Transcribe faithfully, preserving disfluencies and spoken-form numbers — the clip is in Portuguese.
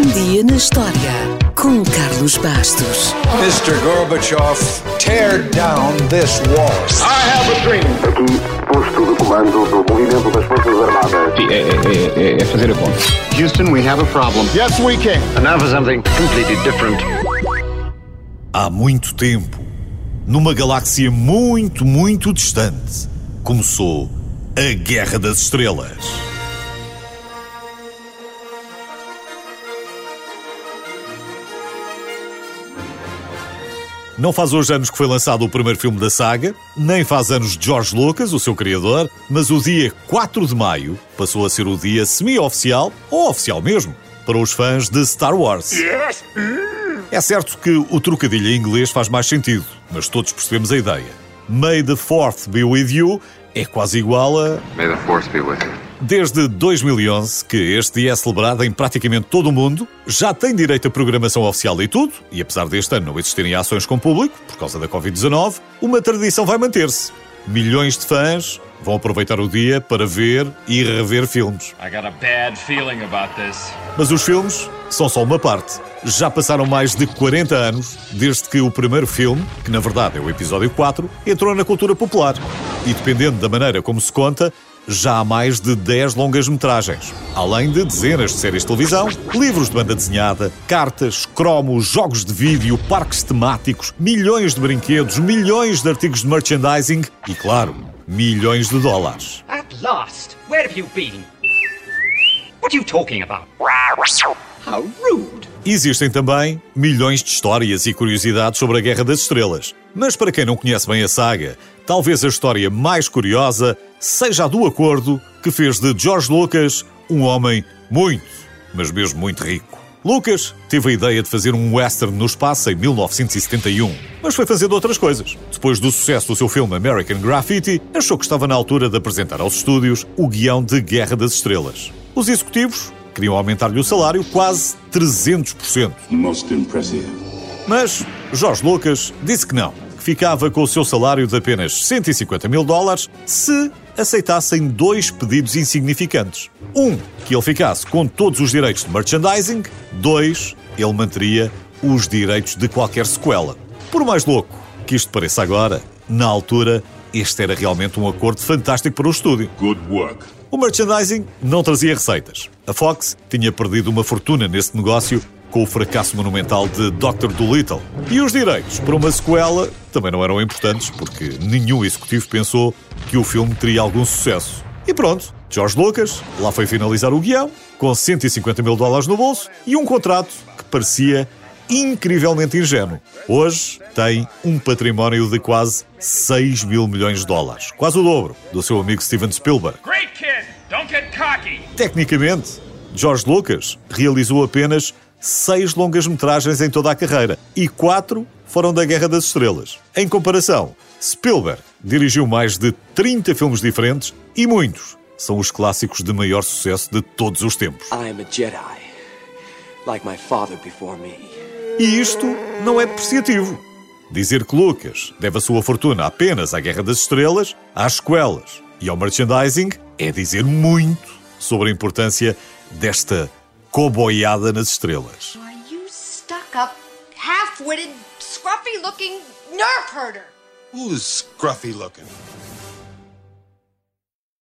dia na história, com Carlos Bastos. mister Gorbachev, tear down this wall. I have a dream. Aqui, posto de comando do movimento das Forças Armadas. Sim, é, é, é fazer a conta. Houston, we have a problem. Yes, we can. And now for something completely different. Há muito tempo, numa galáxia muito, muito distante, começou a Guerra das Estrelas. Não faz hoje anos que foi lançado o primeiro filme da saga, nem faz anos de George Lucas, o seu criador, mas o dia quatro de maio passou a ser o dia semi-oficial, ou oficial mesmo, para os fãs de Star Wars. Yes. É certo que o trocadilho em inglês faz mais sentido, mas todos percebemos a ideia. May the Fourth be with you é quase igual a... May the Force be with you. Desde dois mil e onze, que este dia é celebrado em praticamente todo o mundo, já tem direito a programação oficial e tudo, e apesar deste ano não existirem ações com público, por causa da covid dezanove, uma tradição vai manter-se. Milhões de fãs vão aproveitar o dia para ver e rever filmes. I got a bad feeling about this. Mas os filmes são só uma parte. Já passaram mais de quarenta anos desde que o primeiro filme, que na verdade é o episódio quatro, entrou na cultura popular. E dependendo da maneira como se conta, já há mais de dez longas-metragens, além de dezenas de séries de televisão, livros de banda desenhada, cartas, cromos, jogos de vídeo, parques temáticos, milhões de brinquedos, milhões de artigos de merchandising e, claro, milhões de dólares. At last! Where have you been? What are you talking about? How rude! Existem também milhões de histórias e curiosidades sobre a Guerra das Estrelas. Mas para quem não conhece bem a saga, talvez a história mais curiosa seja a do acordo que fez de George Lucas um homem muito, mas mesmo muito rico. Lucas teve a ideia de fazer um western no espaço em mil novecentos e setenta e um, mas foi fazendo outras coisas. Depois do sucesso do seu filme American Graffiti, achou que estava na altura de apresentar aos estúdios o guião de Guerra das Estrelas. Os executivos queriam aumentar-lhe o salário quase trezentos por cento. Most impressive. Mas George Lucas disse que não, que ficava com o seu salário de apenas cento e cinquenta mil dólares se aceitassem dois pedidos insignificantes. Um, que ele ficasse com todos os direitos de merchandising. Dois, ele manteria os direitos de qualquer sequela. Por mais louco que isto pareça agora, na altura, este era realmente um acordo fantástico para o estúdio. Good work. O merchandising não trazia receitas. A Fox tinha perdido uma fortuna nesse negócio com o fracasso monumental de doutor Dolittle. E os direitos para uma sequela também não eram importantes, porque nenhum executivo pensou que o filme teria algum sucesso. E pronto, George Lucas lá foi finalizar o guião, com cento e cinquenta mil dólares no bolso e um contrato que parecia incrivelmente ingênuo. Hoje tem um património de quase seis mil milhões de dólares, quase o dobro do seu amigo Steven Spielberg. Great kid, don't get cocky. Tecnicamente, George Lucas realizou apenas seis longas-metragens em toda a carreira e quatro foram da Guerra das Estrelas. Em comparação, Spielberg dirigiu mais de trinta filmes diferentes e muitos são os clássicos de maior sucesso de todos os tempos. I am a Jedi, like my father before me. E isto não é depreciativo. Dizer que Lucas deve a sua fortuna apenas à Guerra das Estrelas, às sequelas e ao merchandising é dizer muito sobre a importância desta coboiada nas estrelas. Are you stuck-up, half-witted, scruffy-looking nerf herder? Who's scruffy looking?